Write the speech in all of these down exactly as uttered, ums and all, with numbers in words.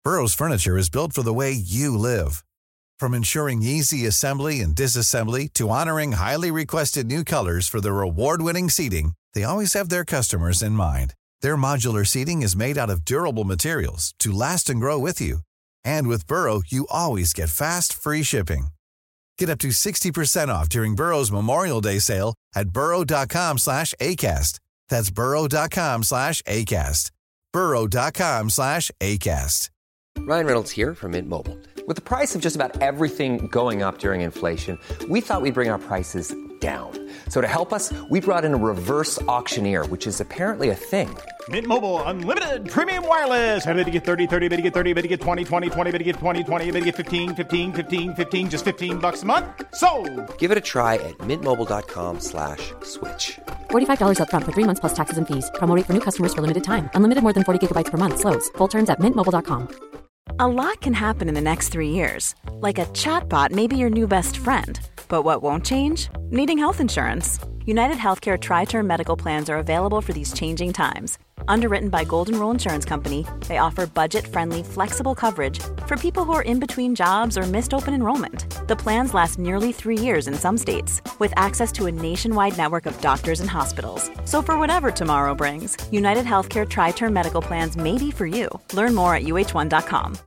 Burrow's furniture is built for the way you live. From ensuring easy assembly and disassembly to honoring highly requested new colors for their award-winning seating, they always have their customers in mind. Their modular seating is made out of durable materials to last and grow with you. And with Burrow, you always get fast, free shipping. Get up to sixty percent off during Burrow's Memorial Day sale at burrow.com slash ACAST. That's burrow.com slash ACAST. burrow.com slash ACAST. Ryan Reynolds here from Mint Mobile. With the price of just about everything going up during inflation, we thought we'd bring our prices down. So to help us, we brought in a reverse auctioneer, which is apparently a thing. Mint Mobile Unlimited Premium Wireless. How to get thirty, thirty, how to get thirty, how to get twenty, twenty, twenty, how to get twenty, twenty, how to get fifteen, fifteen, fifteen, fifteen, just fifteen bucks a month? Sold! Give it a try at mintmobile.com slash switch. forty-five dollars up front for three months plus taxes and fees. Promo rate for new customers for limited time. Unlimited more than forty gigabytes per month. Slows full terms at mint mobile dot com. A lot can happen in the next three years. Like a chatbot may be your new best friend. But what won't change? Needing health insurance. United Healthcare Tri-Term Medical Plans are available for these changing times. Underwritten by Golden Rule Insurance Company, they offer budget-friendly, flexible coverage for people who are in between jobs or missed open enrollment. The plans last nearly three years in some states, with access to a nationwide network of doctors and hospitals. So for whatever tomorrow brings, United Healthcare Tri-Term Medical Plans may be for you. Learn more at u h one dot com.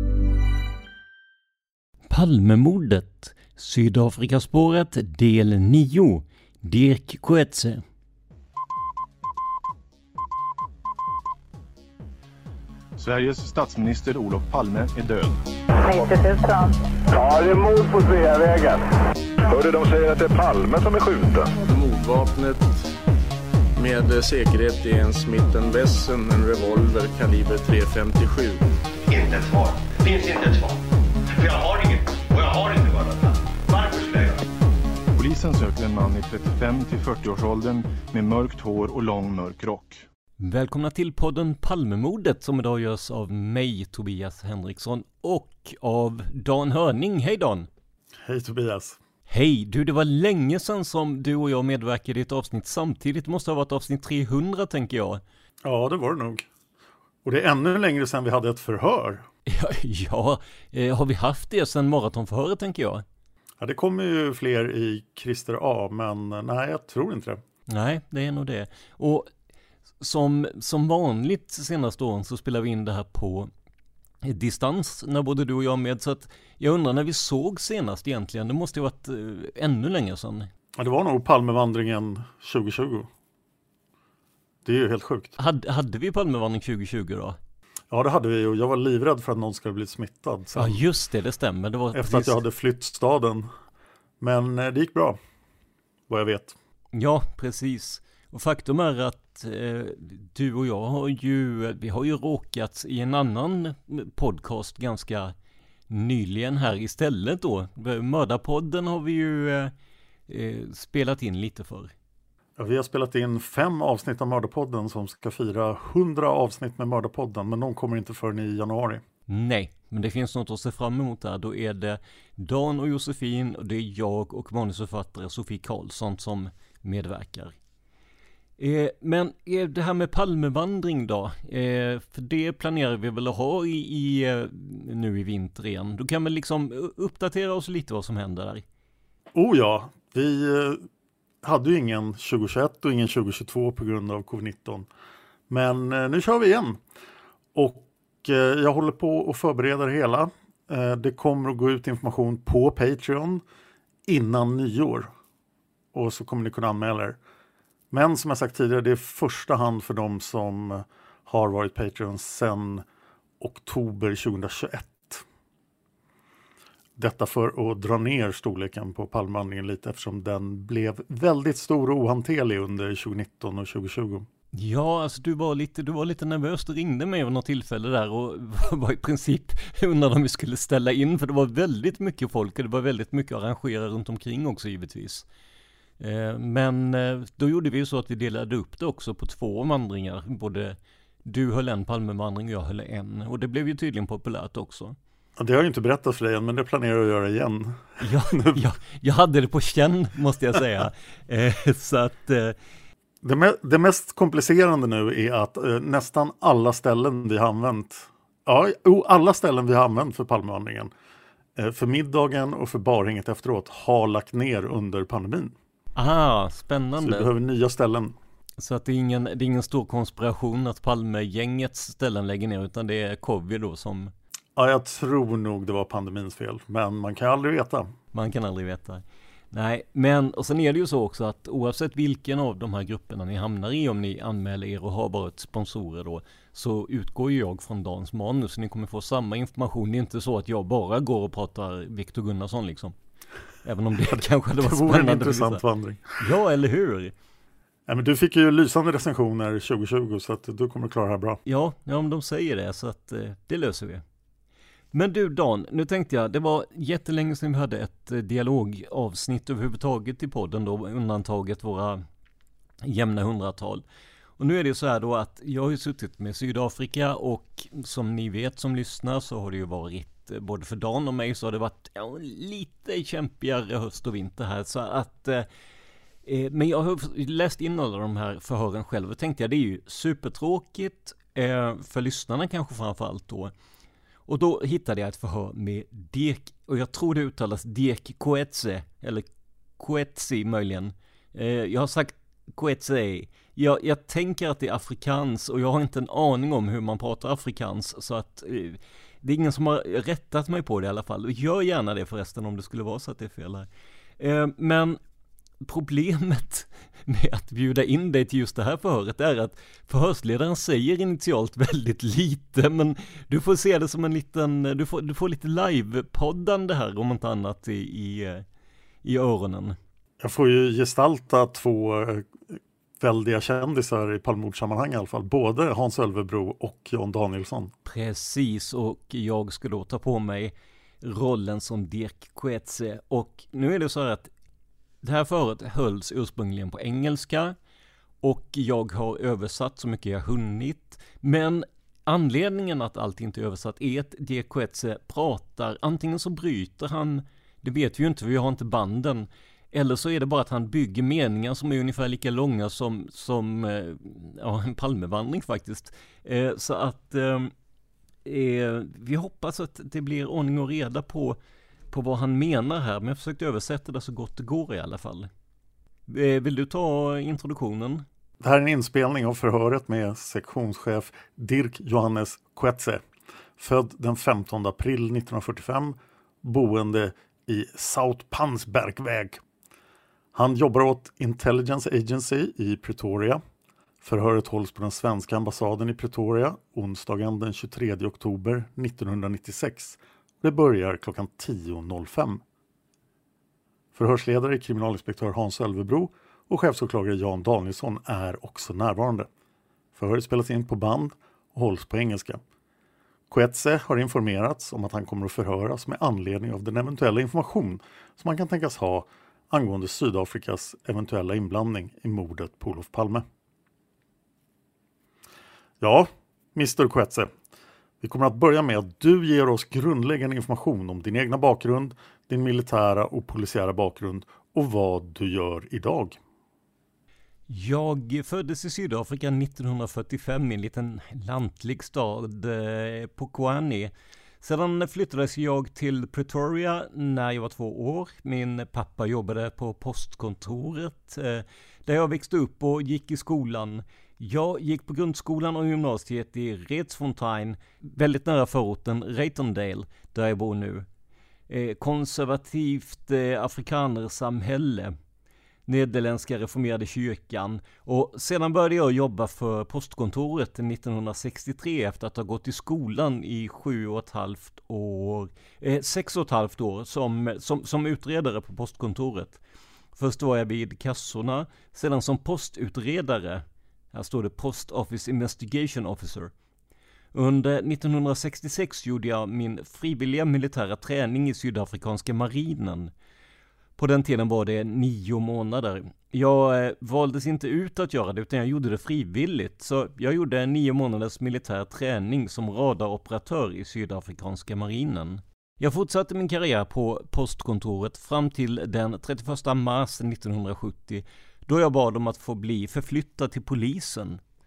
Palmemordet, Sydafrikaspåret del nio, Dirk Coetzee. Sveriges statsminister Olof Palme är död. nittio tusen. Ja, det är mord på Sveavägen. Hörde de säger att det är Palme som är skjuten. Mordvapnet med säkerhet är en Smith and Wesson, en revolver kaliber tre femtiosju. Inte ett svar. Finns inte ett svar. För jag har inget. Och jag har inte bara. Varför skulle jag? Polisen söker en man i trettiofem till fyrtio-årsåldern med mörkt hår och lång mörk rock. Välkomna till podden Palmemordet som idag görs av mig, Tobias Henriksson, och av Dan Hörning. Hej Dan! Hej Tobias! Hej! Du, det var länge sedan som du och jag medverkade i ett avsnitt samtidigt. Det måste ha varit avsnitt trehundra, tänker jag. Ja, det var det nog. Och det är ännu längre sedan vi hade ett förhör. Ja, ja eh, har vi haft det sedan maratonförhöret, tänker jag? Ja, det kommer ju fler i Christer A, men nej, jag tror inte det. Nej, det är nog det. Och som, som vanligt senaste åren så spelar vi in det här på distans när både du och jag är med. Så att jag undrar när vi såg senast egentligen. Det måste ju ha varit eh, ännu längre sedan. Ja, det var nog Palmevandringen tjugo tjugo. Det är ju helt sjukt. Hade, hade vi Palmevandring tjugo tjugo då? Ja, det hade vi, och jag var livrädd för att någon skulle bli smittad sen. Ja, just det, det stämmer. Det var efter precis... att jag hade flytt staden. Men det gick bra, vad jag vet. Ja, precis. Och faktum är att eh, du och jag har ju, vi har ju råkat i en annan podcast ganska nyligen här istället då. Mördarpodden har vi ju eh, spelat in lite för. Ja, vi har spelat in fem avsnitt av Mördarpodden som ska fira hundra avsnitt med Mördarpodden, men de kommer inte förrän i januari. Nej, men det finns något att se fram emot där. Då är det Dan och Josefin och det är jag och manusförfattare Sofie Karlsson som medverkar. Eh, men eh, det här med Palmevandring då, eh, för det planerar vi väl att ha i, i, nu i vinter igen. Då kan vi liksom uppdatera oss lite vad som händer där. Oh ja, vi eh, hade ju ingen tjugo tjugoett och ingen tjugo tjugotvå på grund av covid nitton. Men eh, nu kör vi igen. Och eh, jag håller på att förbereda det hela. Eh, det kommer att gå ut information på Patreon innan nyår. Och så kommer ni kunna anmäla er. Men som jag sagt tidigare, det är första hand för de som har varit Patreon sedan oktober tjugohundratjugoett. Detta för att dra ner storleken på Palmevandringen lite eftersom den blev väldigt stor och ohanterlig under tjugo nitton och tjugo tjugo. Ja, alltså du var lite, du var lite nervös. Du ringde mig vid något tillfälle där och var i princip undrade om vi skulle ställa in. För det var väldigt mycket folk och det var väldigt mycket att arrangera runt omkring också givetvis. Men då gjorde vi ju så att vi delade upp det också på två vandringar. Både du höll en Palmevandring och jag höll en. Och det blev ju tydligen populärt också. Ja, det har jag inte berättat för dig än, men det planerar jag att göra igen. Ja, jag, jag hade det på känn måste jag säga. Så att... Det, me- det mest komplicerande nu är att eh, nästan alla ställen vi har använt Ja, alla ställen vi har använt för Palmevandringen, för middagen och för barhänget efteråt, har lagt ner under pandemin. Aha, spännande. Så vi behöver nya ställen. Så att det är ingen, det är ingen stor konspiration att Palmegängets ställen lägger ner, utan det är covid då som... Ja, jag tror nog det var pandemins fel, men man kan aldrig veta. Man kan aldrig veta. Nej, men och sen är det ju så också att oavsett vilken av de här grupperna ni hamnar i, om ni anmäler er och har varit sponsorer då, så utgår ju jag från Dans manus, så ni kommer få samma information. Det är inte så att jag bara går och pratar Victor Gunnarsson liksom. Även om det kanske hade varit det vore spännande. En intressant vandring. Ja, eller hur? Ja, men du fick ju lysande recensioner tjugo tjugo, så att du kommer klara det här bra. Ja, ja, om de säger det, så att eh, det löser vi. Men du Dan, nu tänkte jag, det var jättelänge sedan vi hade ett eh, dialogavsnitt överhuvudtaget i podden då, undantaget våra jämna hundratal. Och nu är det så här då att jag har ju suttit med Sydafrika, och som ni vet som lyssnar så har det ju varit, eh, både för Dan och mig så har det varit ja, lite kämpigare höst och vinter här, så att eh, eh, men jag har läst in alla de här förhören själv och tänkte jag, det är ju supertråkigt eh, för lyssnarna kanske framförallt då. Och då hittade jag ett förhör med Dirk, och jag tror det uttalas Dirk Coetzee, eller Coetzee möjligen. Eh, jag har sagt Coetzee. Jag, jag tänker att det är afrikans, och jag har inte en aning om hur man pratar afrikans, så att eh, det är ingen som har rättat mig på det i alla fall. Och gör gärna det förresten om det skulle vara så att det är fel här. Eh, men problemet med att bjuda in dig till just det här förhöret är att förhörsledaren säger initialt väldigt lite, men du får se det som en liten, du får, du får lite live-poddande här om inte annat i, i, i öronen. Jag får ju gestalta två väldiga kändisar i Palmemordssammanhang i alla fall, både Hans Ölvebro och Jan Danielsson. Precis, och jag ska då ta på mig rollen som Dirk Coetzee, och nu är det så här att det här förhöret hölls ursprungligen på engelska, och jag har översatt så mycket jag hunnit. Men anledningen att allt inte är översatt är att Dirk Coetzee pratar, antingen så bryter han, det vet vi ju inte, vi har inte banden, eller så är det bara att han bygger meningar som är ungefär lika långa som, som ja, en Palmevandring faktiskt. Eh, så att eh, vi hoppas att det blir ordning och reda på på vad han menar här, men jag försökte översätta det så gott det går i alla fall. Vill du ta introduktionen? Det här är en inspelning av förhöret med sektionschef Dirk Johannes Coetzee, född den femtonde april nittonhundrafyrtiofem, boende i Zoutpansbergweg. Han jobbar åt Intelligence Agency i Pretoria. Förhöret hålls på den svenska ambassaden i Pretoria onsdagen den tjugotredje oktober nittonhundranittiosex. Det börjar klockan tio noll fem. Förhörsledare kriminalinspektör Hans Ölvebro och chefsåklagare Jan Danielsson är också närvarande. Förhöret spelas in på band och hålls på engelska. Coetzee har informerats om att han kommer att förhöras med anledning av den eventuella information som man kan tänkas ha angående Sydafrikas eventuella inblandning i mordet på Olof Palme. Ja, mister Coetzee. Vi kommer att börja med att du ger oss grundläggande information om din egna bakgrund, din militära och polisiära bakgrund och vad du gör idag. Jag föddes i Sydafrika nittonhundrafyrtiofem i en liten lantlig stad eh, på Kwani. Sedan flyttades jag till Pretoria när jag var två år. Min pappa jobbade på postkontoret eh, där jag växte upp och gick i skolan. Jag gick på grundskolan och gymnasiet i Rietsfontein, väldigt nära förorten Reitondale, där jag bor nu. Eh, konservativt eh, afrikanersamhälle, nederländska reformerade kyrkan. Och sedan började jag jobba för postkontoret nittonhundrasextiotre efter att ha gått i skolan i sju och ett halvt år, eh, sex och ett halvt år som, som, som utredare på postkontoret. Först var jag vid kassorna, sedan som postutredare. Här står det Post Office Investigation Officer. Under nittonhundrasextiosex gjorde jag min frivilliga militära träning i sydafrikanska marinen. På den tiden var det nio månader. Jag eh, valdes inte ut att göra det utan jag gjorde det frivilligt. Så jag gjorde en nio månaders militär träning som radaroperatör i sydafrikanska marinen. Jag fortsatte min karriär på postkontoret fram till den trettioförsta mars nittonhundrasjuttio, då jag bad om att få bli förflyttad till polisen.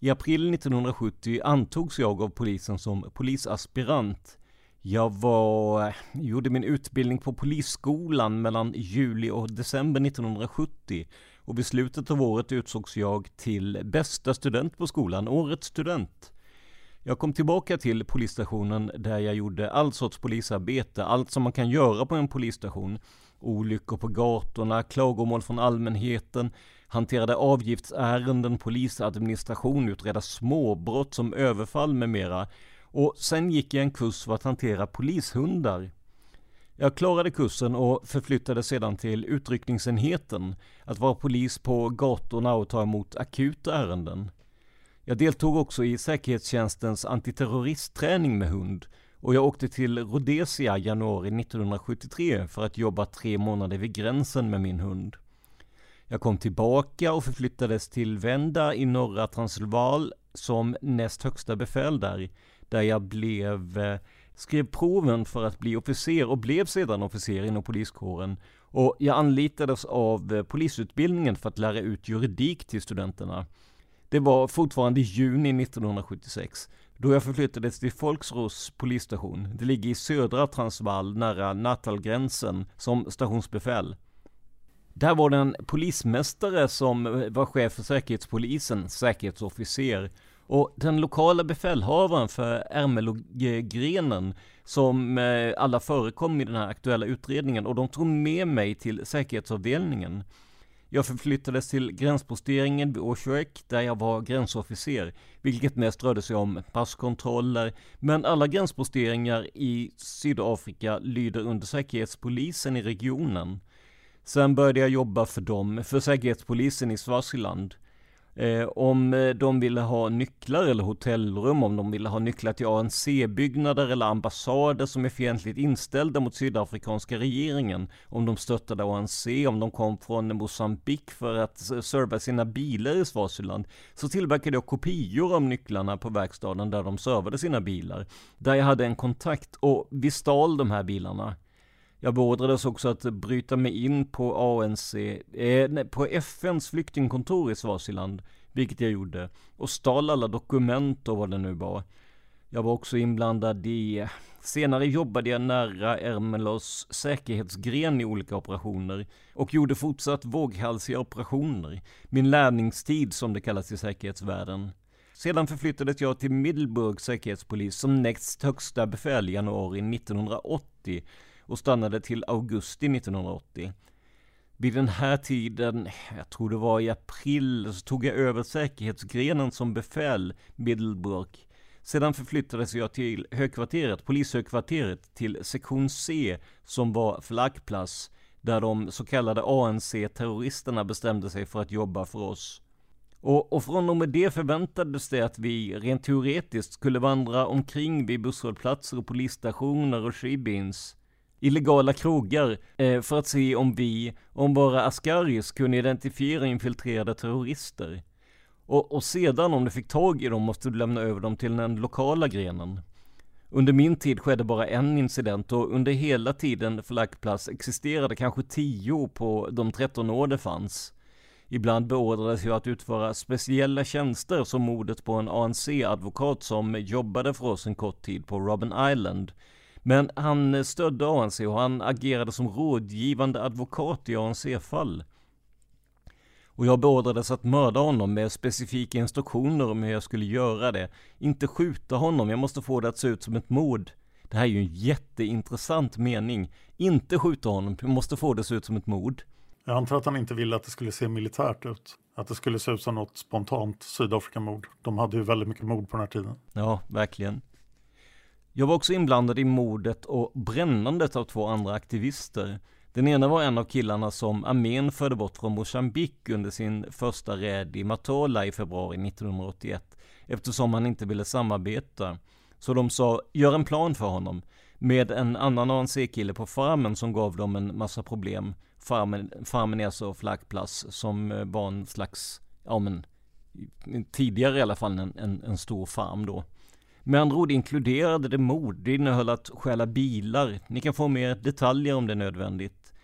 I april nittonhundrasjuttio antogs jag av polisen som polisaspirant. Jag var, gjorde min utbildning på polisskolan mellan juli och december nittonhundrasjuttio och vid slutet av året utsågs jag till bästa student på skolan, årets student. Jag kom tillbaka till polisstationen där jag gjorde all sorts polisarbete, allt som man kan göra på en polisstation. Olyckor på gatorna, klagomål från allmänheten, hanterade avgiftsärenden, polisadministration, utreda småbrott som överfall med mera. Och sen gick jag en kurs för att hantera polishundar. Jag klarade kursen och förflyttade sedan till utryckningsenheten, att vara polis på gatorna och ta emot akuta ärenden. Jag deltog också i säkerhetstjänstens antiterroristträning med hund och jag åkte till Rhodesia i januari nittonhundrasjuttiotre för att jobba tre månader vid gränsen med min hund. Jag kom tillbaka och förflyttades till Venda i norra Transvaal som näst högsta befäl där, där jag blev, skrev proven för att bli officer och blev sedan officer inom poliskåren. Och jag anlitades av polisutbildningen för att lära ut juridik till studenterna. Det var fortfarande i juni nittonhundrasjuttiosex då jag förflyttades till Volksros polisstation. Det ligger i södra Transvaal nära Natalgränsen som stationsbefäl. Där var det en polismästare som var chef för säkerhetspolisen, säkerhetsofficer. Och den lokala befälhavaren för Ermelogrenen som alla förekom i den här aktuella utredningen och de tog med mig till säkerhetsavdelningen. Jag förflyttades till gränsposteringen vid Oshoek där jag var gränsofficer, vilket mest rörde sig om passkontroller, men alla gränsposteringar i Sydafrika lyder under säkerhetspolisen i regionen. Sen började jag jobba för dem, för säkerhetspolisen i Swaziland. Eh, om de ville ha nycklar eller hotellrum, om de ville ha nycklar till A N C-byggnader eller ambassader som är fientligt inställda mot sydafrikanska regeringen, om de stöttade A N C, om de kom från Mosambik för att serva sina bilar i Swaziland, så tillverkade jag kopior av nycklarna på verkstaden där de servade sina bilar, där jag hade en kontakt och vi stal de här bilarna. Jag beordrades också att bryta mig in på A N C, eh, på F N:s flyktingkontor i Swaziland, vilket jag gjorde, och stal alla dokument och vad det nu var. Jag var också inblandad i, senare jobbade jag nära Ermelos säkerhetsgren i olika operationer och gjorde fortsatt våghalsiga operationer, min lärningstid som det kallas i säkerhetsvärlden. Sedan förflyttades jag till Middelburg säkerhetspolis som näst högsta befäl i januari nittonhundraåttio och stannade till augusti nittonhundraåttio. Vid den här tiden, jag tror det var i april, så tog jag över säkerhetsgrenen som befäl Middelburg. Sedan förflyttades jag till högkvarteret, polishögkvarteret, till sektion C som var flaggplats, där de så kallade A N C-terroristerna bestämde sig för att jobba för oss. Och, och från och med det förväntades det att vi rent teoretiskt skulle vandra omkring vid busshållplatser och polisstationer och shibins, illegala krogar, eh, för att se om vi, om våra askaris, kunde identifiera infiltrerade terrorister. Och, och sedan om du fick tag i dem måste du lämna över dem till den lokala grenen. Under min tid skedde bara en incident och under hela tiden flaggplats existerade kanske tio på de tretton år det fanns. Ibland beordrades jag att utföra speciella tjänster som mordet på en A N C-advokat som jobbade för oss en kort tid på Robben Island. Men han stödde A N C och han agerade som rådgivande advokat i A N C-fall. Och jag beordrades att mörda honom med specifika instruktioner om hur jag skulle göra det. Inte skjuta honom, jag måste få det att se ut som ett mord. Det här är ju en jätteintressant mening. Inte skjuta honom, jag måste få det att se ut som ett mord. Jag antar att han inte ville att det skulle se militärt ut. Att det skulle se ut som något spontant Sydafrikamord. De hade ju väldigt mycket mord på den här tiden. Ja, verkligen. Jag var också inblandad i mordet och brännandet av två andra aktivister. Den ena var en av killarna som armén förde bort från Mosambik under sin första räd i Matola i februari nittonhundraåttioett, eftersom han inte ville samarbeta. Så de sa, gör en plan för honom, med en annan A N C-kille på farmen som gav dem en massa problem. Farmen, farmen är alltså flaggplats som var en slags, ja men tidigare i alla fall en, en, en stor farm då. Med andra ord inkluderade det mord. Det innehöll att stjäla bilar. Ni kan få mer detaljer om det är nödvändigt.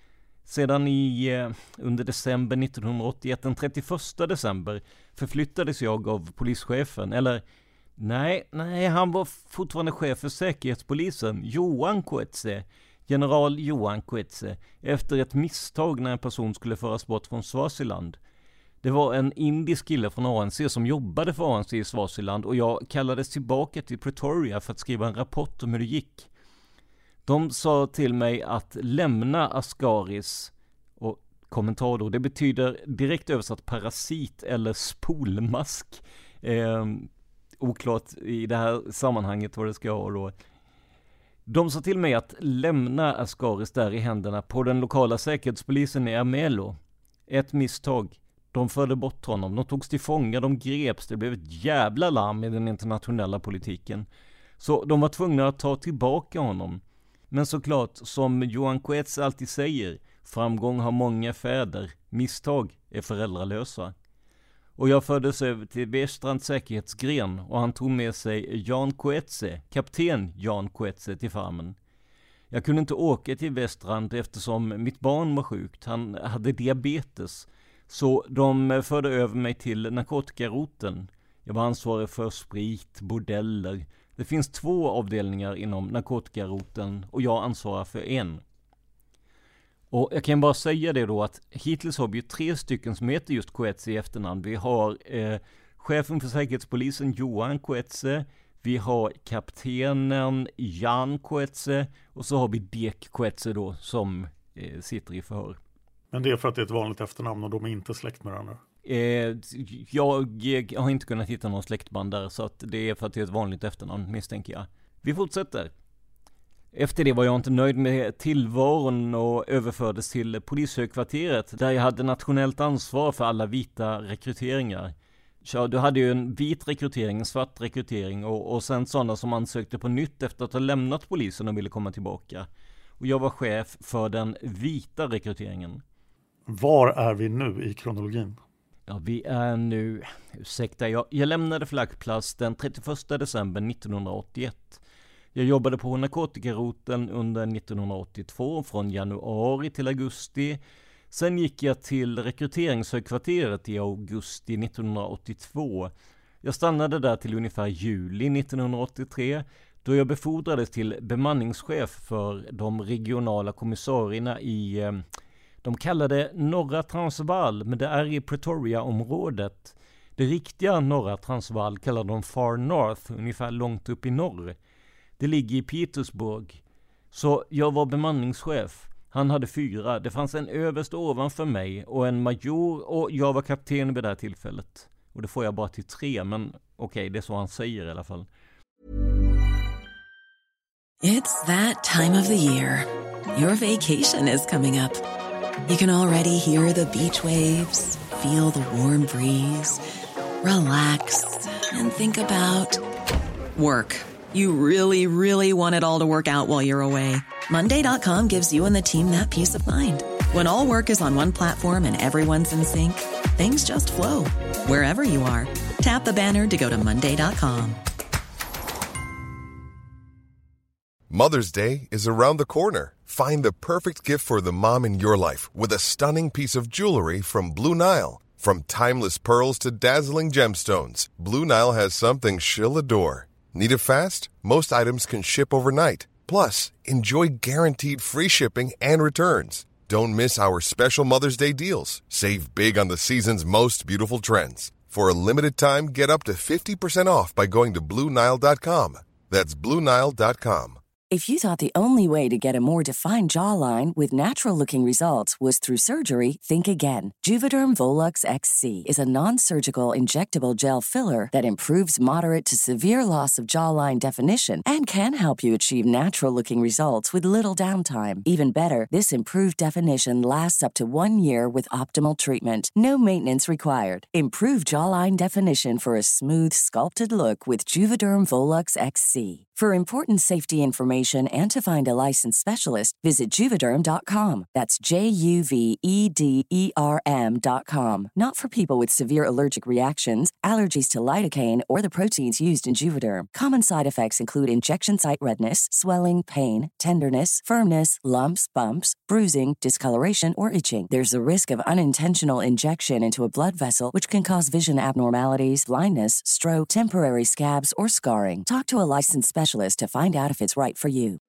Sedan i, eh, under december nittonhundraåttioett, den trettioförsta december, förflyttades jag av polischefen, eller nej, nej, han var fortfarande chef för säkerhetspolisen, Johan Coetzee, general Johan Coetzee, efter ett misstag när en person skulle föras bort från Swaziland. Det var en indisk kille från A N C som jobbade för A N C i Swaziland och jag kallades tillbaka till Pretoria för att skriva en rapport om hur det gick. De sa till mig att lämna Ascaris, och kommentar då, det betyder direkt översatt parasit eller spolmask. Eh, oklart i det här sammanhanget vad det ska ha då. De sa till mig att lämna Ascaris där i händerna på den lokala säkerhetspolisen i Ermelo. Ett misstag. De förde bort honom, de togs till fånga, de greps, det blev ett jävla larm i den internationella politiken. Så de var tvungna att ta tillbaka honom. Men såklart, som Johan Coetzee alltid säger, framgång har många fäder, misstag är föräldralösa. Och jag fördes över till Westrands säkerhetsgren och han tog med sig Jan Coetzee, kapten Jan Coetzee, till farmen. Jag kunde inte åka till Westrand eftersom mitt barn var sjukt, han hade diabetes. Så de förde över mig till narkotikaroten. Jag var ansvarig för sprit, bordeller. Det finns två avdelningar inom narkotikaroten och jag ansvarar för en. Och jag kan bara säga det då att hittills har vi ju tre stycken som heter just Coetzee i efternamn. Vi har eh, chefen för säkerhetspolisen Johan Coetzee, vi har kaptenen Jan Coetzee och så har vi Dek Coetzee då som eh, sitter i förhör. Men det är för att det är ett vanligt efternamn och de är inte släkt med varandra? Eh, jag, jag har inte kunnat hitta någon släktband där, så att det är för att det är ett vanligt efternamn, misstänker jag. Vi fortsätter. Efter det var jag inte nöjd med tillvaron och överfördes till polishögkvarteret där jag hade nationellt ansvar för alla vita rekryteringar. Så du hade ju en vit rekrytering, en svart rekrytering och, och sen sådana som ansökte på nytt efter att ha lämnat polisen och ville komma tillbaka. Och jag var chef för den vita rekryteringen. Var är vi nu i kronologin? Ja, vi är nu, ursäkta, jag, jag lämnade flaggplats den trettioförsta december nittonhundraåttioett. Jag jobbade på narkotikaroten under nittonhundraåttiotvå från januari till augusti. Sen gick jag till rekryteringshögkvarteret i augusti nittonhundraåttiotvå. Jag stannade där till ungefär juli nittonhundraåttiotre då jag befordrades till bemanningschef för de regionala kommissarierna i, de kallade norra Transvaal, men det är i Pretoria-området. Det riktiga norra Transvaal kallar de Far North, ungefär långt upp i norr. Det ligger i Petersburg. Så jag var bemanningschef. Han hade fyra. Det fanns en överst ovanför mig och en major och jag var kapten vid det här tillfället. Och det får jag bara till tre, men okej, okay, det är så han säger i alla fall. It's that time of the year. Your vacation is coming up. You can already hear the beach waves, feel the warm breeze, relax and think about work. You really, really want it all to work out while you're away. Monday dot com gives you and the team that peace of mind. When all work is on one platform and everyone's in sync, things just flow. Wherever you are, tap the banner to go to Monday dot com. Mother's Day is around the corner. Find the perfect gift for the mom in your life with a stunning piece of jewelry from Blue Nile. From timeless pearls to dazzling gemstones, Blue Nile has something she'll adore. Need it fast? Most items can ship overnight. Plus, enjoy guaranteed free shipping and returns. Don't miss our special Mother's Day deals. Save big on the season's most beautiful trends. For a limited time, get up to fifty percent off by going to Blue Nile dot com. That's Blue Nile dot com. If you thought the only way to get a more defined jawline with natural-looking results was through surgery, think again. Juvederm Volux X C is a non-surgical injectable gel filler that improves moderate to severe loss of jawline definition and can help you achieve natural-looking results with little downtime. Even better, this improved definition lasts up to one year with optimal treatment. No maintenance required. Improve jawline definition for a smooth, sculpted look with Juvederm Volux X C. For important safety information and to find a licensed specialist, visit juvederm dot com. That's J U V E D E R M dot com. Not for people with severe allergic reactions, allergies to lidocaine, or the proteins used in Juvederm. Common side effects include injection site redness, swelling, pain, tenderness, firmness, lumps, bumps, bruising, discoloration, or itching. There's a risk of unintentional injection into a blood vessel, which can cause vision abnormalities, blindness, stroke, temporary scabs, or scarring. Talk to a licensed specialist to find out if it's right for you.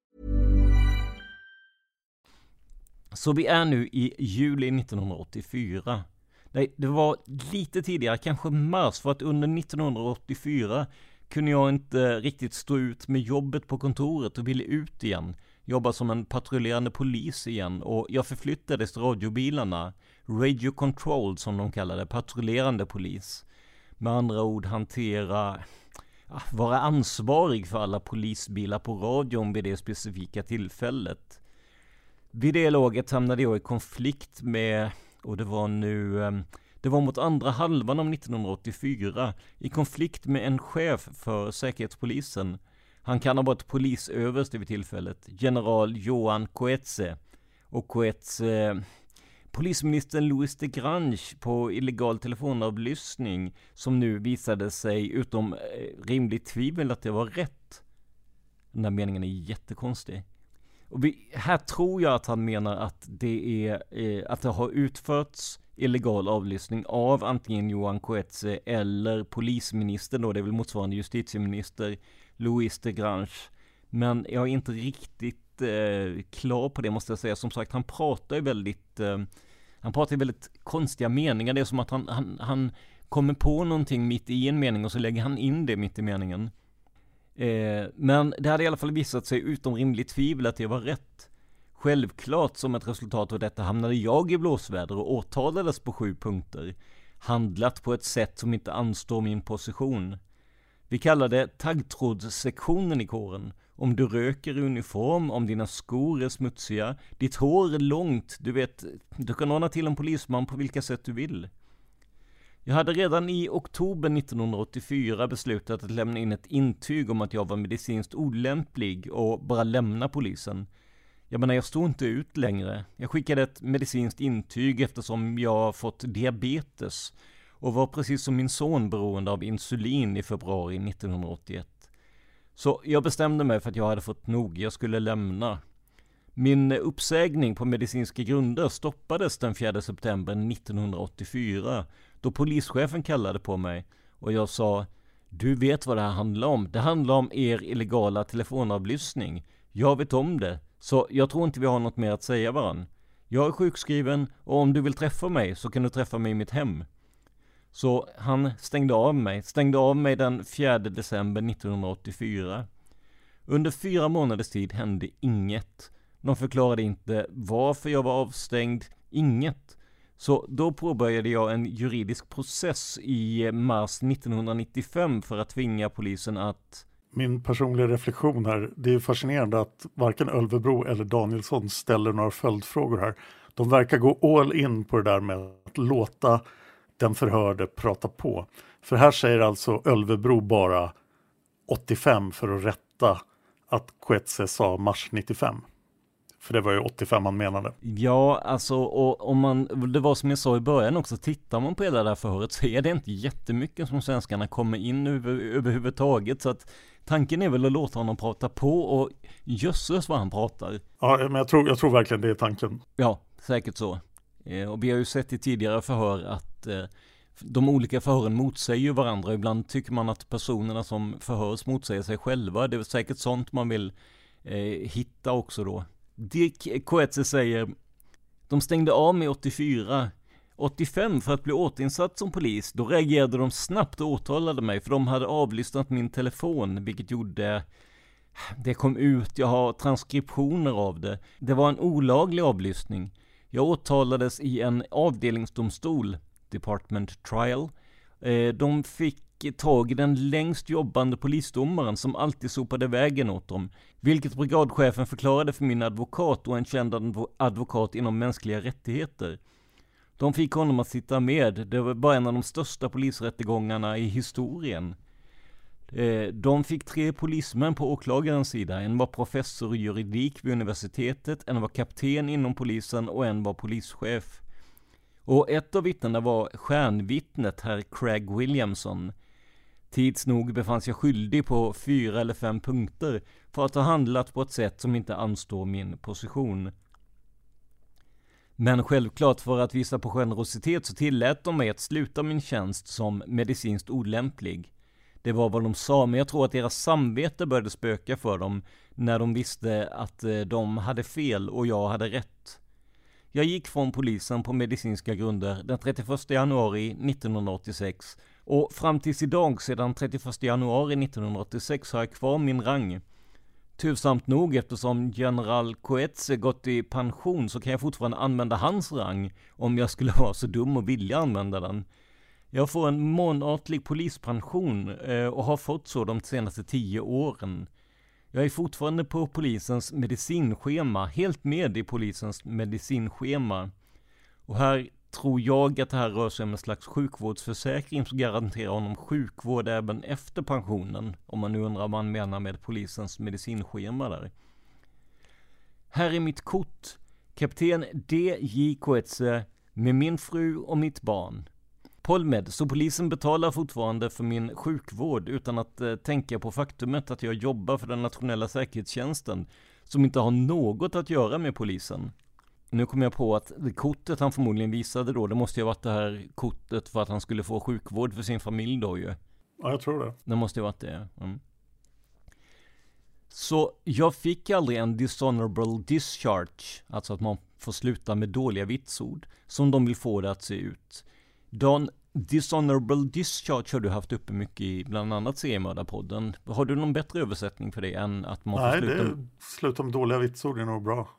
Så vi är nu i juli nittonhundraåttiofyra. Nej, det var lite tidigare, kanske mars, för att under nittonhundraåttiofyra kunde jag inte riktigt stå ut med jobbet på kontoret och ville ut igen. Jobba som en patrullerande polis igen, och jag förflyttades till radiobilarna, radio controlled som de kallade, patrullerande polis. Med andra ord hantera, vara ansvarig för alla polisbilar på radion vid det specifika tillfället. Vid det laget hamnade jag i konflikt med, och det var nu, det var mot andra halvan av nittonhundraåttiofyra, i konflikt med en chef för säkerhetspolisen. Han kan ha varit polisöverste vid tillfället, general Johan Coetze. Och Coetze, polisministern Louis de Grange på illegal telefonavlyssning, som nu visade sig utom rimligt tvivel att det var rätt. Den här meningen är jättekonstig. Och vi, här tror jag att han menar att det är eh, att det har utförts illegal avlyssning av antingen Johan Coetze eller polisministern då, det är väl motsvarande justitieminister Louis de Grange. Men jag är inte riktigt eh, klar på det, måste jag säga. Som sagt, han pratar ju väldigt eh, han pratar ju väldigt konstiga meningar. Det är som att han, han, han kommer på någonting mitt i en mening och så lägger han in det mitt i meningen. Eh, men det hade i alla fall visat sig utom rimligt tvivel att det var rätt. Självklart som ett resultat av detta hamnade jag i blåsväder och åtalades på sju punkter. Handlat på ett sätt som inte anstår min position. Vi kallar det taggtrådssektionen i kåren. Om du röker i uniform, om dina skor är smutsiga, ditt hår är långt, du vet, du kan ordna till en polisman på vilka sätt du vill. Jag hade redan i oktober nittonhundraåttiofyra beslutat att lämna in ett intyg om att jag var medicinskt olämplig och bara lämna polisen. Jag menar, jag stod inte ut längre. Jag skickade ett medicinskt intyg eftersom jag fått diabetes och var precis som min son beroende av insulin i februari nittonhundraåttioett. Så jag bestämde mig för att jag hade fått nog, jag skulle lämna. Min uppsägning på medicinska grunder stoppades den fjärde september nittonhundraåttiofyra då polischefen kallade på mig och jag sa: du vet vad det här handlar om. Det handlar om er illegala telefonavlyssning. Jag vet om det, så jag tror inte vi har något mer att säga varann. Jag är sjukskriven och om du vill träffa mig så kan du träffa mig i mitt hem. Så han stängde av mig, stängde av mig den fjärde december nittonhundraåttiofyra. Under fyra månaders tid hände inget. De förklarade inte varför jag var avstängd, inget. Så då påbörjade jag en juridisk process i mars nittonhundranittiofem för att tvinga polisen att... Min personliga reflektion här, det är fascinerande att varken Ölvebro eller Danielsson ställer några följdfrågor här. De verkar gå all in på det där med att låta den förhörde prata på. För här säger alltså Ölvebro bara åttiofem för att rätta att Coetze sa mars nittiofem. För det var ju åttiofem man menade. Ja, alltså, och om man, det var som jag sa i början också, tittar man på hela det här förhöret så är det inte jättemycket som svenskarna kommer in över, överhuvudtaget. Så att tanken är väl att låta honom prata på och jösses vad han pratar. Ja, men jag tror, jag tror verkligen det är tanken. Ja, säkert så. Eh, och vi har ju sett i tidigare förhör att eh, de olika förhören motsäger varandra. Ibland tycker man att personerna som förhörs motsäger sig själva. Det är säkert sånt man vill eh, hitta också då. Dick Coetze säger: de stängde av mig åttiofyra. åttiofem för att bli återinsatt som polis. Då reagerade de snabbt och åtalade mig för de hade avlyssnat min telefon, vilket gjorde... Det kom ut, jag har transkriptioner av det. Det var en olaglig avlyssning. Jag åtalades i en avdelningsdomstol, Department Trial. De fick tag i den längst jobbande polisdomaren som alltid sopade vägen åt dem, vilket brigadchefen förklarade för min advokat och en känd advokat inom mänskliga rättigheter. De fick honom att sitta med. Det var bara en av de största polisrättegångarna i historien. De fick tre polismän på åklagarens sida. En var professor i juridik vid universitetet, en var kapten inom polisen och en var polischef. Och ett av vittnena var stjärnvittnet herr Craig Williamson. Tids nog befanns jag skyldig på fyra eller fem punkter för att ha handlat på ett sätt som inte anstår min position. Men självklart för att visa på generositet så tillät de mig att sluta min tjänst som medicinskt olämplig. Det var vad de sa, men jag tror att deras samvete började spöka för dem när de visste att de hade fel och jag hade rätt. Jag gick från polisen på medicinska grunder den trettioförsta januari nittonhundraåttiosex och fram tills idag sedan trettioförsta januari nittonhundraåttiosex har jag kvar min rang. Tursamt nog, eftersom general Coetze gått i pension så kan jag fortfarande använda hans rang om jag skulle vara så dum och vilja använda den. Jag får en månatlig polispension och har fått så de senaste tio åren. Jag är fortfarande på polisens medicinschema, helt med i polisens medicinschema. Och här tror jag att det här rör sig om en slags sjukvårdsförsäkring som garanterar honom sjukvård även efter pensionen. Om man nu undrar vad man menar med polisens medicinschema där. Här är mitt kort. Kapten D J Coetze med min fru och mitt barn. Polmed, så polisen betalar fortfarande för min sjukvård utan att eh, tänka på faktumet att jag jobbar för den nationella säkerhetstjänsten som inte har något att göra med polisen. Nu kom jag på att det kortet han förmodligen visade då, det måste ju ha varit det här kortet för att han skulle få sjukvård för sin familj då ju. Ja, jag tror det. Det måste ju ha varit det. Mm. Så jag fick aldrig en dishonorable discharge, alltså att man får sluta med dåliga vitsord, som de vill få det att se ut. Don, dishonorable discharge har du haft uppe mycket i bland annat seriemördarpodden. Har du någon bättre översättning för det än att man Nej, får sluta? Nej, sluta med dåliga vitsord är nog bra.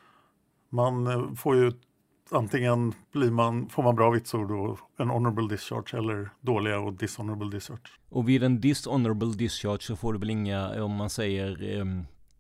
Man får ju antingen blir man, får man bra vitsord och en honorable discharge eller dåliga och dishonorable discharge. Och vid en dishonorable discharge så får du väl inga, om man säger, eh,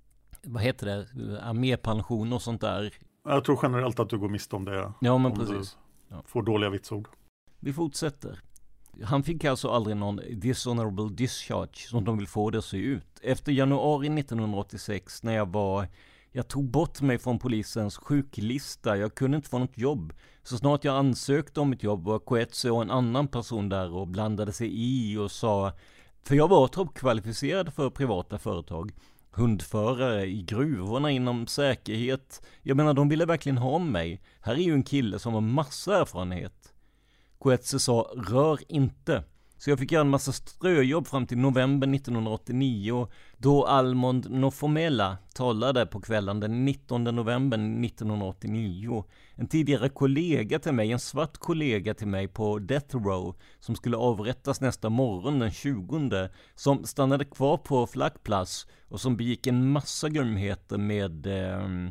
vad heter det, armépension och sånt där? Jag tror generellt att du går miste om det. Ja, men om precis. Du ja. får dåliga vitsord. Vi fortsätter. Han fick alltså aldrig någon dishonorable discharge som de vill få det att se ut. Efter januari nittonhundraåttiosex när jag var, jag tog bort mig från polisens sjuklista. Jag kunde inte få något jobb. Så snart jag ansökte om ett jobb var Coetze och en annan person där och blandade sig i och sa, för jag var toppkvalificerad för privata företag. Hundförare i gruvorna inom säkerhet. Jag menar, de ville verkligen ha mig. Här är ju en kille som har massa erfarenhet. Coetze sa, rör inte. Så jag fick göra en massa ströjobb fram till november nittonhundraåttionio då Almond Nofomela talade på kvällen den nittonde november nittonhundraåttionio. En tidigare kollega till mig, en svart kollega till mig på Death Row som skulle avrättas nästa morgon den tjugonde, som stannade kvar på Flakplats och som begick en massa grymheter med eh,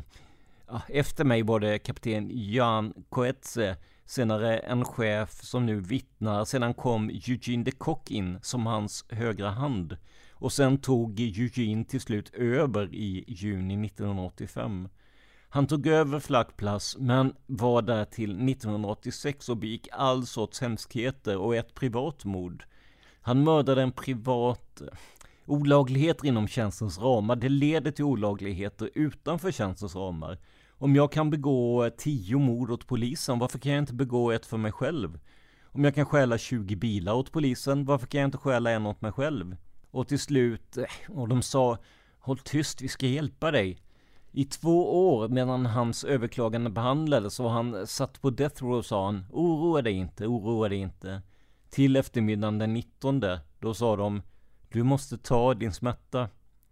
efter mig var det kapten Jan Coetze, senare en chef som nu vittnar. Sedan kom Eugene de Kock in som hans högra hand. Och sen tog Eugene till slut över i juni nittonhundraåttiofem. Han tog över Flakplats men var där till nittonhundraåttiosex och begick all sorts hemskheter och ett privatmord. Han mördade en privat... Olagligheter inom tjänstens ramar, det leder till olagligheter utanför tjänstens ramar. Om jag kan begå tio mord åt polisen, varför kan jag inte begå ett för mig själv? Om jag kan stjäla tjugo bilar åt polisen, varför kan jag inte stjäla en åt mig själv? Och till slut, och de sa, håll tyst, vi ska hjälpa dig. I två år medan hans överklagande behandlades och han satt på Death Row sa han, oroa dig inte, oroa dig inte. Till eftermiddagen den nittonde, då sa de, du måste ta din smärta.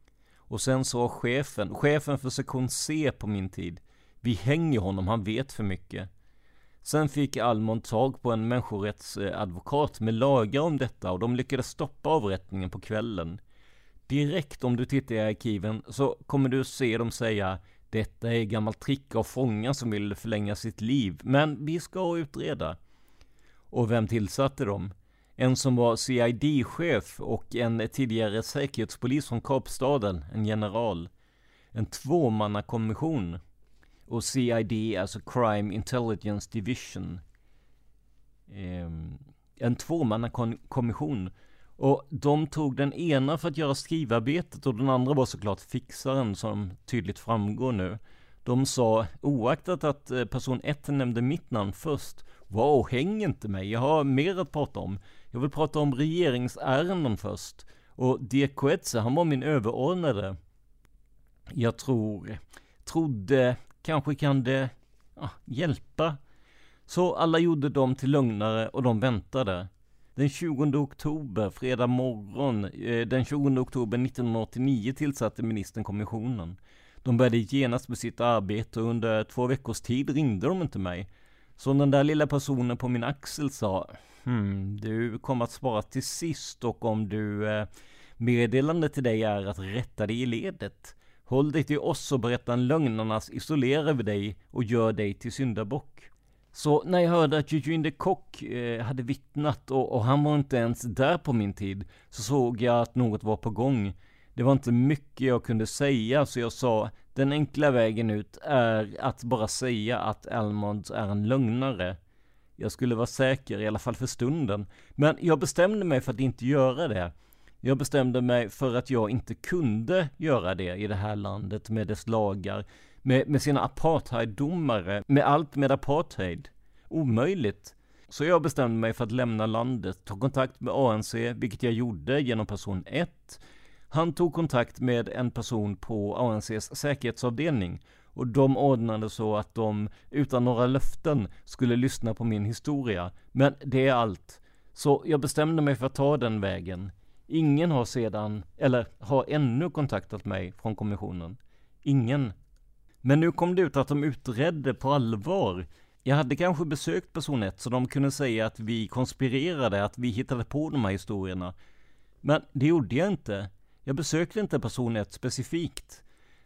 Och sen sa chefen, chefen för sektion C på min tid, vi hänger honom, han vet för mycket. Sen fick Almond tag på en människorättsadvokat med lagar om detta och de lyckades stoppa avrättningen på kvällen. Direkt om du tittar i arkiven så kommer du se dem säga, detta är gammalt trick av fångar som vill förlänga sitt liv, men vi ska utreda. Och vem tillsatte dem? En som var C I D-chef och en tidigare säkerhetspolis från Kapstaden, en general. En tvåmannakommission. Och C I D, alltså Crime Intelligence Division. En tvåmannakommission. Och de tog den ena för att göra skrivarbetet och den andra var såklart fixaren som tydligt framgår nu. De sa, oaktat att person ett nämnde mitt namn först, wow, häng inte mig, jag har mer att prata om. Jag vill prata om regeringsärenden först. Och Diekuetze, han var min överordnade. Jag tror, trodde, kanske kan det ja, hjälpa. Så alla gjorde dem till lögnare och de väntade. Den tjugonde oktober, fredag morgon, eh, den tjugonde oktober nittonhundraåttionio tillsatte ministern kommissionen. De började genast med sitt arbete och under två veckors tid ringde de inte mig. Så den där lilla personen på min axel sa, hmm, du kommer att svara till sist och om du eh, meddelande till dig är att rätta dig i ledet. Håll dig till oss och berätta en lögnernas, isolerar vi dig och gör dig till syndabock. Så när jag hörde att Eugene de Kock eh, hade vittnat och, och han var inte ens där på min tid, så såg jag att något var på gång. Det var inte mycket jag kunde säga, så jag sa, den enkla vägen ut är att bara säga att Almond är en lögnare. Jag skulle vara säker, i alla fall för stunden. Men jag bestämde mig för att inte göra det. Jag bestämde mig för att jag inte kunde göra det i det här landet med dess lagar. Med, med sina apartheiddomare, med allt med apartheid. Omöjligt. Så jag bestämde mig för att lämna landet, ta kontakt med A N C, vilket jag gjorde genom person ett. Han tog kontakt med en person på A N C:s säkerhetsavdelning och de ordnade så att de utan några löften skulle lyssna på min historia. Men det är allt. Så jag bestämde mig för att ta den vägen. Ingen har sedan, eller har ännu kontaktat mig från kommissionen. Ingen. Men nu kom det ut att de utredde på allvar. Jag hade kanske besökt person ett så de kunde säga att vi konspirerade, att vi hittade på de här historierna. Men det gjorde jag inte. Jag besökte inte person ett specifikt.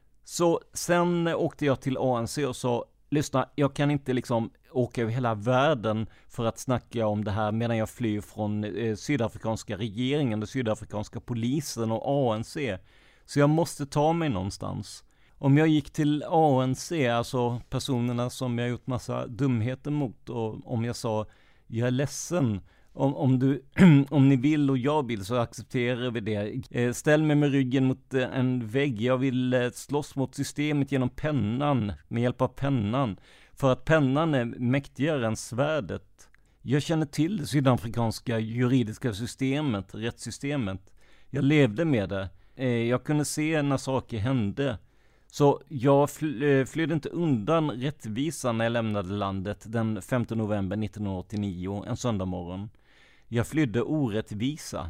Så sen åkte jag till A N C och sa, lyssna, jag kan inte liksom åka över hela världen för att snacka om det här medan jag flyr från eh, sydafrikanska regeringen, den sydafrikanska polisen och A N C. Så jag måste ta mig någonstans. Om jag gick till A N C, alltså personerna som jag gjort massa dumheter mot, och om jag sa, jag är ledsen, om, om, du, om ni vill och jag vill så accepterar vi det. Eh, ställ mig med ryggen mot eh, en vägg, jag vill eh, slåss mot systemet genom pennan, med hjälp av pennan. För att pennan är mäktigare än svärdet. Jag känner till det sydafrikanska juridiska systemet, rättssystemet. Jag levde med det. Eh, jag kunde se när saker hände. Så jag fly, flydde inte undan rättvisan när jag lämnade landet den femte november nittonhundraåttionio, en söndag morgon. Jag flydde orättvisa.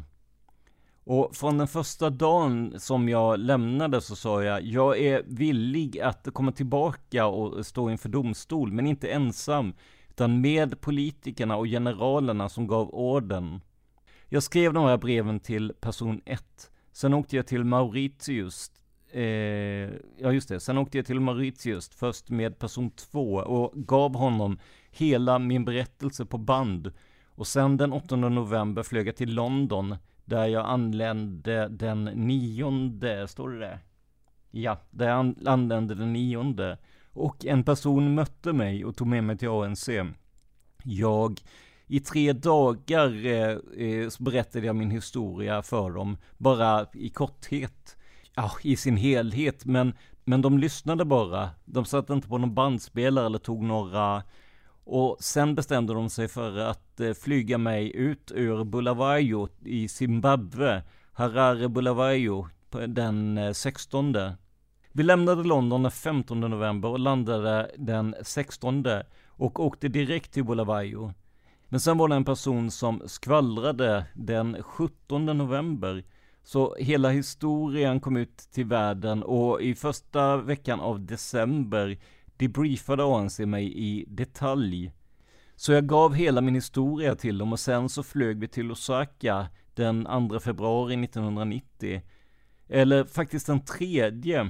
Och från den första dagen som jag lämnade så sa jag, jag är villig att komma tillbaka och stå inför domstol, men inte ensam, utan med politikerna och generalerna som gav orden. Jag skrev de här breven till person ett. Sen åkte jag till Mauritius. Eh, ja just det, sen åkte jag till Mauritius först med person två och gav honom hela min berättelse på band. Och sen den åttonde november flög jag till London där jag anlände den nionde, står det där? Ja, där jag anlände den nionde. Och en person mötte mig och tog med mig till A N C. Jag, i tre dagar eh, berättade jag min historia för dem, bara i korthet. Ja, i sin helhet, men, men de lyssnade bara. De satt inte på någon bandspelare eller tog några. Och sen bestämde de sig för att eh, flyga mig ut ur Bulawayo i Zimbabwe, Harare Bulawayo, den eh, sextonde. Vi lämnade London den femtonde november och landade den sextonde och åkte direkt till Bulawayo. Men sen var det en person som skvallrade den sjuttonde november. Så hela historien kom ut till världen och i första veckan av december debriefade A N C mig i detalj. Så jag gav hela min historia till dem och sen så flög vi till Lusaka den andra februari nittonhundranittio. Eller faktiskt den tredje.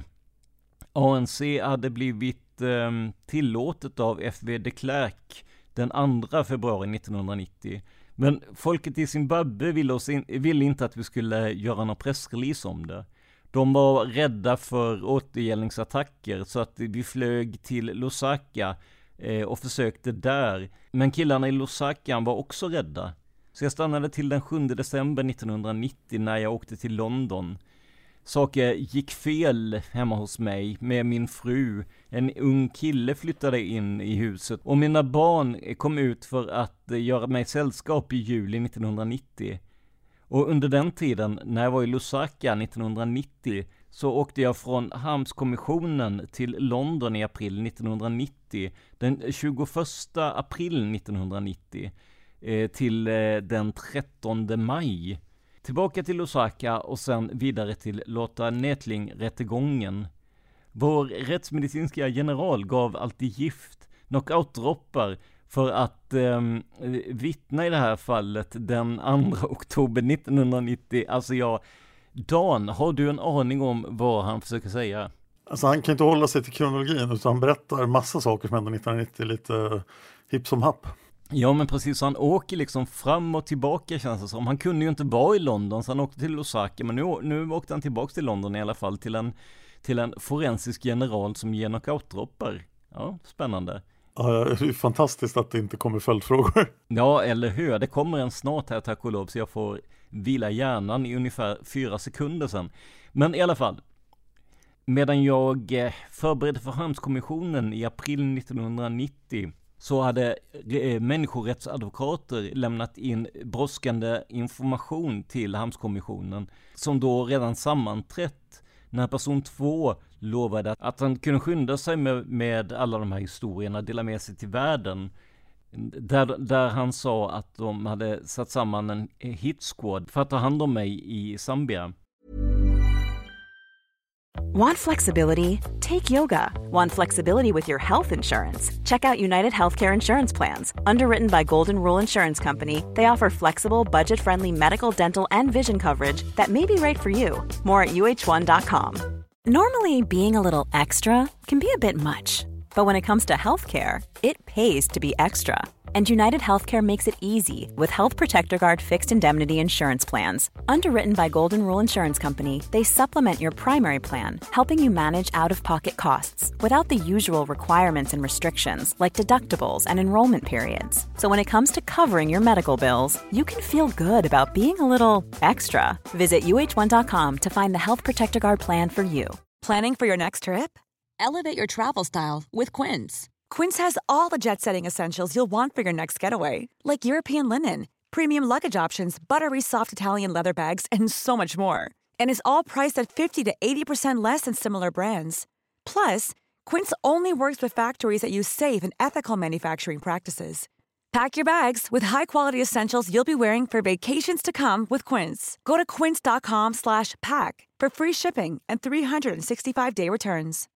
A N C hade blivit eh, tillåtet av F W de Klerk den andra februari nittonhundranittio. Men folket i Zimbabwe ville, oss in, ville inte att vi skulle göra någon pressrelease om det. De var rädda för återgällningsattacker så att vi flög till Lusaka eh, och försökte där. Men killarna i Lusaka var också rädda. Så jag stannade till den sjunde december nittonhundranittio när jag åkte till London. Saker gick fel hemma hos mig med min fru. En ung kille flyttade in i huset och mina barn kom ut för att göra mig sällskap i juli nittonhundranittio. Och under den tiden, när jag var i Lusaka nittonhundranittio, så åkte jag från Hamnskommissionen till London i april nittonhundranittio. Den tjugoförsta april nittonhundranittio eh, till eh, den trettonde maj. Tillbaka till Lusaka och sen vidare till Lotta Netling-rättegången. Vår rättsmedicinska general gav alltid gift, knockout-droppar, för att eh, vittna i det här fallet den andra oktober nittonhundranittio. Alltså jag, Dan, har du en aning om vad han försöker säga? Alltså han kan inte hålla sig till kronologin utan han berättar massa saker som hände nittonhundranittio, lite hipp som happ. Ja men precis, så han åker liksom fram och tillbaka känns det som. Han kunde ju inte vara i London så han åkte till Lusaka, men nu, nu åkte han tillbaka till London i alla fall till en, till en forensisk general som ger knockout-droppar. Ja, spännande. Ja, det är fantastiskt att det inte kommer följdfrågor. Ja, eller hur? Det kommer en snart här, tack och lov, så jag får vila hjärnan i ungefär fyra sekunder sedan. Men i alla fall, medan jag förberedde för Hamnskommissionen i april nittonhundranittio så hade människorättsadvokater lämnat in brådskande information till Hamnskommissionen som då redan sammanträtt när person två lovade att han kunde skynda sig med, med alla de här historierna, dela med sig till världen. Där, där han sa att de hade satt samman en hit squad för att ta hand om mig i Zambia. Want flexibility? Take yoga. Want flexibility with your health insurance? Check out United Healthcare Insurance Plans. Underwritten by Golden Rule Insurance Company, they offer flexible, budget-friendly medical, dental, and vision coverage that may be right for you. More at U H one dot com. Normally, being a little extra can be a bit much. But when it comes to healthcare, it pays to be extra. And United Healthcare makes it easy with Health Protector Guard fixed indemnity insurance plans. Underwritten by Golden Rule Insurance Company, they supplement your primary plan, helping you manage out-of-pocket costs without the usual requirements and restrictions like deductibles and enrollment periods. So when it comes to covering your medical bills, you can feel good about being a little extra. Visit U H one dot com to find the Health Protector Guard plan for you. Planning for your next trip? Elevate your travel style with Quince. Quince has all the jet-setting essentials you'll want for your next getaway, like European linen, premium luggage options, buttery soft Italian leather bags, and so much more. And is all priced at fifty to eighty percent less than similar brands. Plus, Quince only works with factories that use safe and ethical manufacturing practices. Pack your bags with high-quality essentials you'll be wearing for vacations to come with Quince. Go to quince dot com slash pack for free shipping and three hundred sixty-five day returns.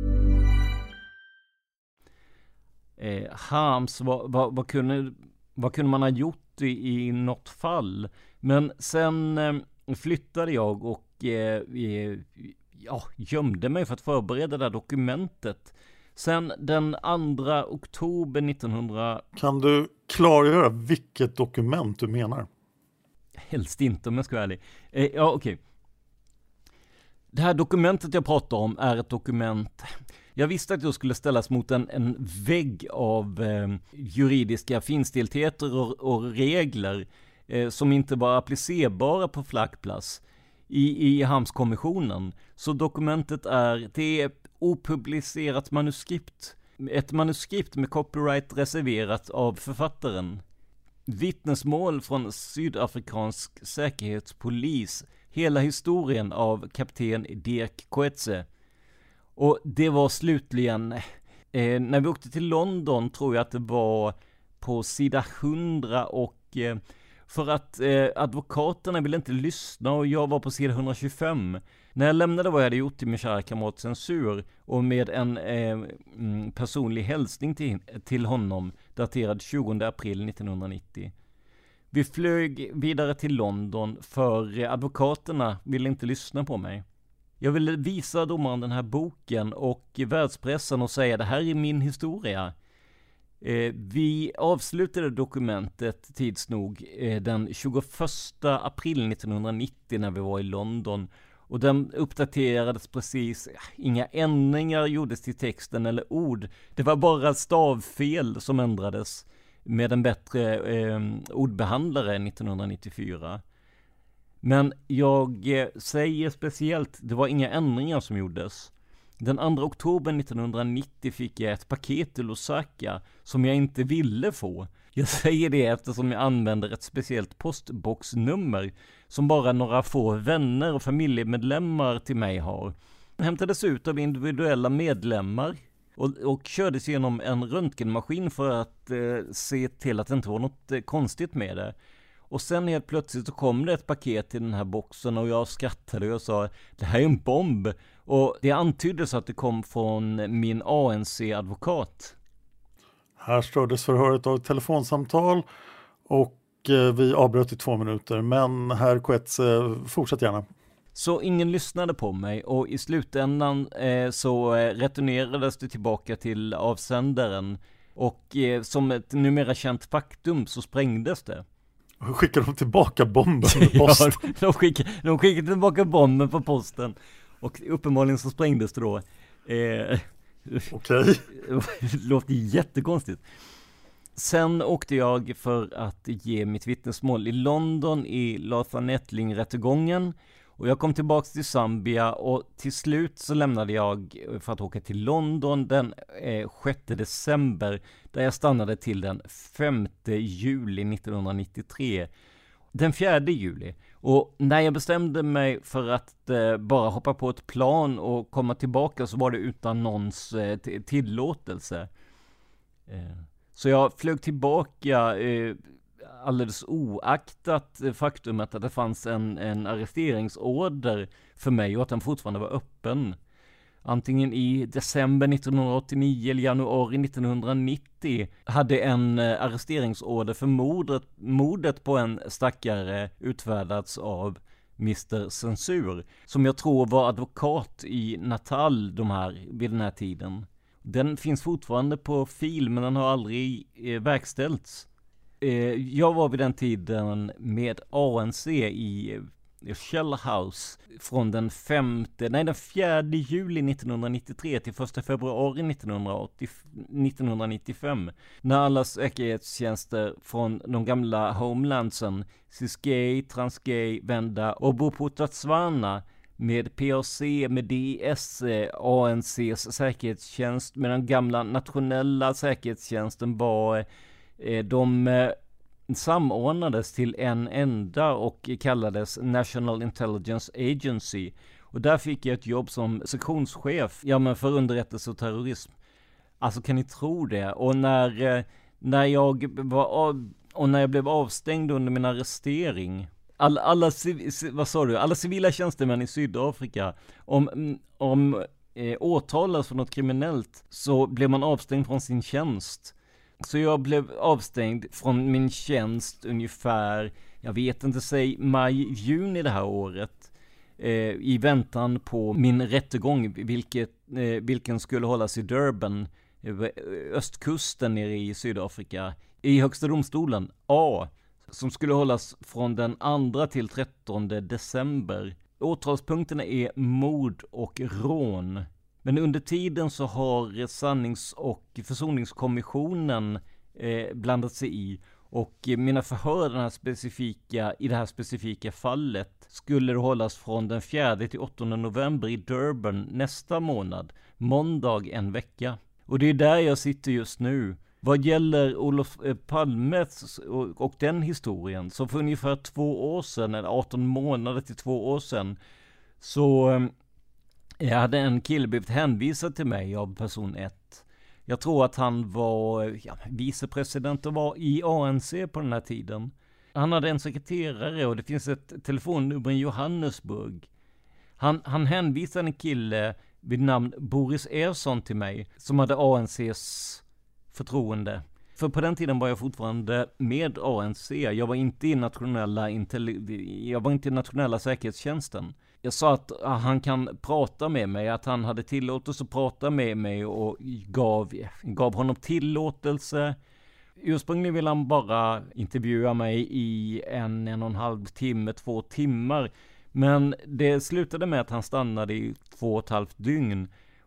Eh, Hams, vad, vad, vad, kunde, vad kunde man ha gjort i, i något fall? Men sen eh, flyttade jag och eh, ja, gömde mig för att förbereda det här dokumentet. Sen den andra oktober nittonhundra... Kan du klargöra vilket dokument du menar? Helst inte om jag ska vara ärlig. Eh, ja, okej. Okay. Det här dokumentet jag pratar om är ett dokument... Jag visste att jag skulle ställas mot en, en vägg av eh, juridiska finstiltheter och, och regler eh, som inte var applicerbara på flaggplats i, i Hamnskommissionen. Så dokumentet är, det är opublicerat manuskript. Ett manuskript med copyright reserverat av författaren. Vittnesmål från sydafrikansk säkerhetspolis. Hela historien av kapten Dirk Coetzee. Och det var slutligen, eh, när vi åkte till London tror jag att det var på sida hundra och eh, för att eh, advokaterna ville inte lyssna och jag var på sida hundratjugofem. När jag lämnade vad jag hade gjort till min kära kamrat censur och med en eh, personlig hälsning till, till honom daterad tjugonde april nittonhundranittio. Vi flög vidare till London för eh, advokaterna ville inte lyssna på mig. Jag ville visa domaren den här boken och världspressen och säga det här är min historia. Eh, vi avslutade dokumentet tids nog eh, den tjugoförsta april nittonhundranittio när vi var i London. Och den uppdaterades precis, inga ändringar gjordes till texten eller ord. Det var bara stavfel som ändrades. med en bättre eh, ordbehandlare nittonhundranittiofyra. Men jag eh, säger speciellt, det var inga ändringar som gjordes. Den andra oktober nittonhundranittio fick jag ett paket till Osaka som jag inte ville få. Jag säger det eftersom jag använder ett speciellt postboxnummer som bara några få vänner och familjemedlemmar till mig har. Den hämtades ut av individuella medlemmar och, och kördes genom en röntgenmaskin för att eh, se till att det inte var något eh, konstigt med det. Och sen helt plötsligt så kom det ett paket till den här boxen och jag skrattade och sa det här är en bomb. Och det antyddes att det kom från min A N C-advokat. Här stördes förhöret av ett telefonsamtal och eh, vi avbröt i två minuter. Men herr Coetze, eh, fortsätt gärna. Så ingen lyssnade på mig och i slutändan eh, så eh, returnerades det tillbaka till avsändaren. Och eh, som ett numera känt faktum så sprängdes det. Skickade de tillbaka bomben på posten? Ja, de skickade, de skickade tillbaka bomben på posten. Och uppenbarligen så sprängdes det då. Eh, Okej. Det låter jättekonstigt. Sen åkte jag för att ge mitt vittnesmål i London i Lathanetling-rättegången. Och jag kom tillbaka till Zambia och till slut så lämnade jag för att åka till London den eh, sjätte december. Där jag stannade till den femte juli nittonhundranittiotre. Den fjärde juli. Och när jag bestämde mig för att eh, bara hoppa på ett plan och komma tillbaka så var det utan någons eh, t- tillåtelse. Eh, så jag flög tillbaka eh, alldeles oaktat faktumet att det fanns en, en arresteringsorder för mig och att den fortfarande var öppen. Antingen i december nittonhundraåttionio eller januari nittonhundranittio hade en arresteringsorder för mordet, mordet på en stackare utfärdats av mister Censur, som jag tror var advokat i Natal de här, vid den här tiden. Den finns fortfarande på fil men den har aldrig eh, verkställts. Eh, jag var vid den tiden med A N C i Shell House från den femte, nej den fjärde juli nittonhundranittiotre till första februari nittonhundranittiofem, när alla säkerhetstjänster från de gamla homelandsen Ciskei, Transkei, Venda och Bophuthatswana med P A C, med D I S, A N C:s säkerhetstjänst, med den gamla nationella säkerhetstjänsten var eh, de eh, samordnades till en enda och kallades National Intelligence Agency. Och där fick jag ett jobb som sektionschef, ja men för underrättelse och terrorism. Alltså kan ni tro det? Och när, när jag var av, och när jag blev avstängd under min arrestering, all, alla, vad sa du? alla civila tjänstemän i Sydafrika, om, om eh, åtalas för något kriminellt så blev man avstängd från sin tjänst. Så jag blev avstängd från min tjänst ungefär, jag vet inte, säg maj, juni det här året. Eh, I väntan på min rättegång, vilket, eh, vilken skulle hållas i Durban, eh, östkusten nere i Sydafrika. I högsta domstolen, A, som skulle hållas från den andra till trettonde december. Åtalspunkterna är mord och rån. Men under tiden så har sannings- och försoningskommissionen eh, blandat sig i. Och mina förhör den här specifika, i det här specifika fallet skulle det hållas från den fjärde till åttonde november i Durban nästa månad. Måndag en vecka. Och det är där jag sitter just nu. Vad gäller Olof Palme och, och den historien, så för ungefär två år sedan, eller arton månader till två år sedan, så jag hade en kille blivit hänvisad till mig av person ett. Jag tror att han var ja, vicepresident och var i A N C på den här tiden. Han hade en sekreterare och det finns ett telefonnummer i Johannesburg. Han, han hänvisade en kille vid namn Boris Ersson till mig som hade A N C:s förtroende. För på den tiden var jag fortfarande med A N C. Jag var inte i nationella, intelli- jag var inte i nationella säkerhetstjänsten. Jag sa att han kan prata med mig, att han hade tillåtelse att prata med mig och gav, gav honom tillåtelse. Ursprungligen ville han bara intervjua mig i en, en och en halv timme, två timmar. Men det slutade med att han stannade i två och ett halvt dygn.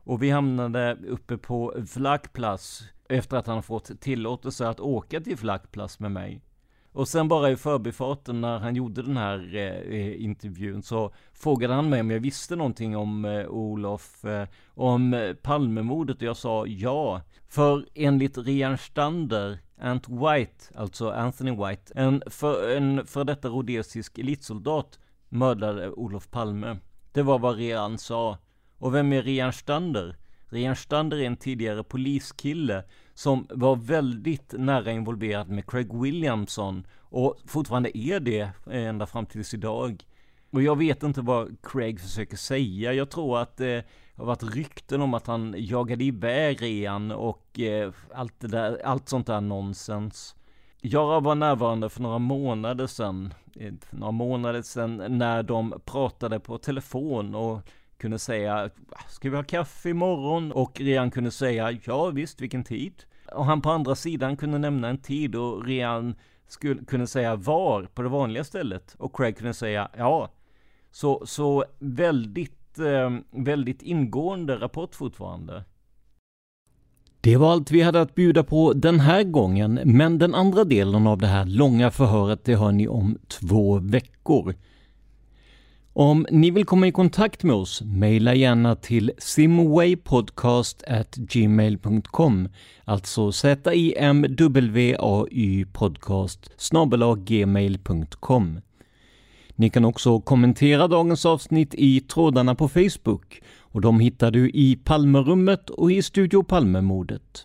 Och vi hamnade uppe på Flakplats efter att han fått tillåtelse att åka till Flakplats med mig. Och sen bara i förbifarten när han gjorde den här eh, intervjun så frågade han mig om jag visste någonting om eh, Olof, eh, om eh, Palmemordet, och jag sa ja. För enligt Rian Stander, Ant White, alltså Anthony White, en för, en för detta rhodesisk elitsoldat mördade Olof Palme. Det var vad Rian sa. Och vem är Rian Stander? Rian Stander är en tidigare poliskille som var väldigt nära involverad med Craig Williamson och fortfarande är det ända fram tills idag. Och jag vet inte vad Craig försöker säga. Jag tror att det har varit rykten om att han jagade iväg Rian och eh, allt, det där, allt sånt där nonsens. Jag var närvarande för några månader sedan, några månader sedan när de pratade på telefon och kunde säga, ska vi ha kaffe imorgon? Och Rian kunde säga, ja visst, vilken tid? Och han på andra sidan kunde nämna en tid och Rian skulle kunde säga var på det vanliga stället. Och Craig kunde säga, ja. Så, så väldigt, eh, väldigt ingående rapport fortfarande. Det var allt vi hade att bjuda på den här gången, men den andra delen av det här långa förhöret det hör ni om två veckor. Om ni vill komma i kontakt med oss, mejla gärna till simwaypodcast at gmail dot com, alltså z i m w a y podcast snabel-a gmail dot com. Ni kan också kommentera dagens avsnitt i trådarna på Facebook, och de hittar du i Palmerummet och i Studio Palmemordet.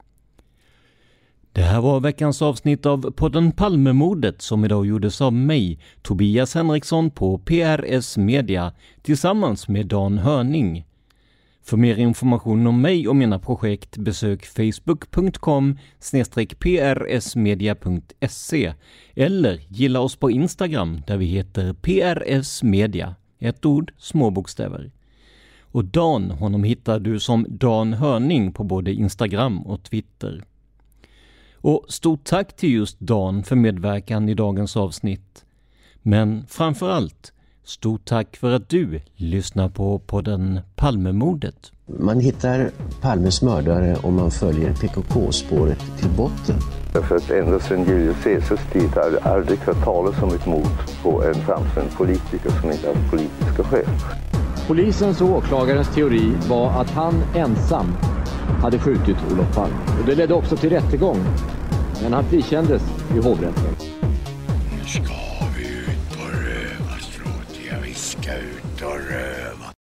Det här var veckans avsnitt av podden Palmemordet som idag gjordes av mig, Tobias Henriksson på P R S Media tillsammans med Dan Hörning. För mer information om mig och mina projekt besök facebook dot com slash p r s media dot s e eller gilla oss på Instagram där vi heter P R S Media, ett ord, små bokstäver. Och Dan, honom hittar du som Dan Hörning på både Instagram och Twitter. Och stort tack till just Dan för medverkan i dagens avsnitt. Men framförallt, stort tack för att du lyssnar på podden Palmemordet. Man hittar Palmes mördare om man följer P K K-spåret till botten. För att ända sedan Julius Caesars tid har det aldrig hört talas om ett mord på en framstående politiker som inte har politiska skäl. Polisens och åklagarens teori var att han ensam hade skjutit Olof Palme. Och det ledde också till rättegång. Men han frikändes i hovrätten. Nu ska vi ut på rövarstråt. Ja, vi ska ut och röva.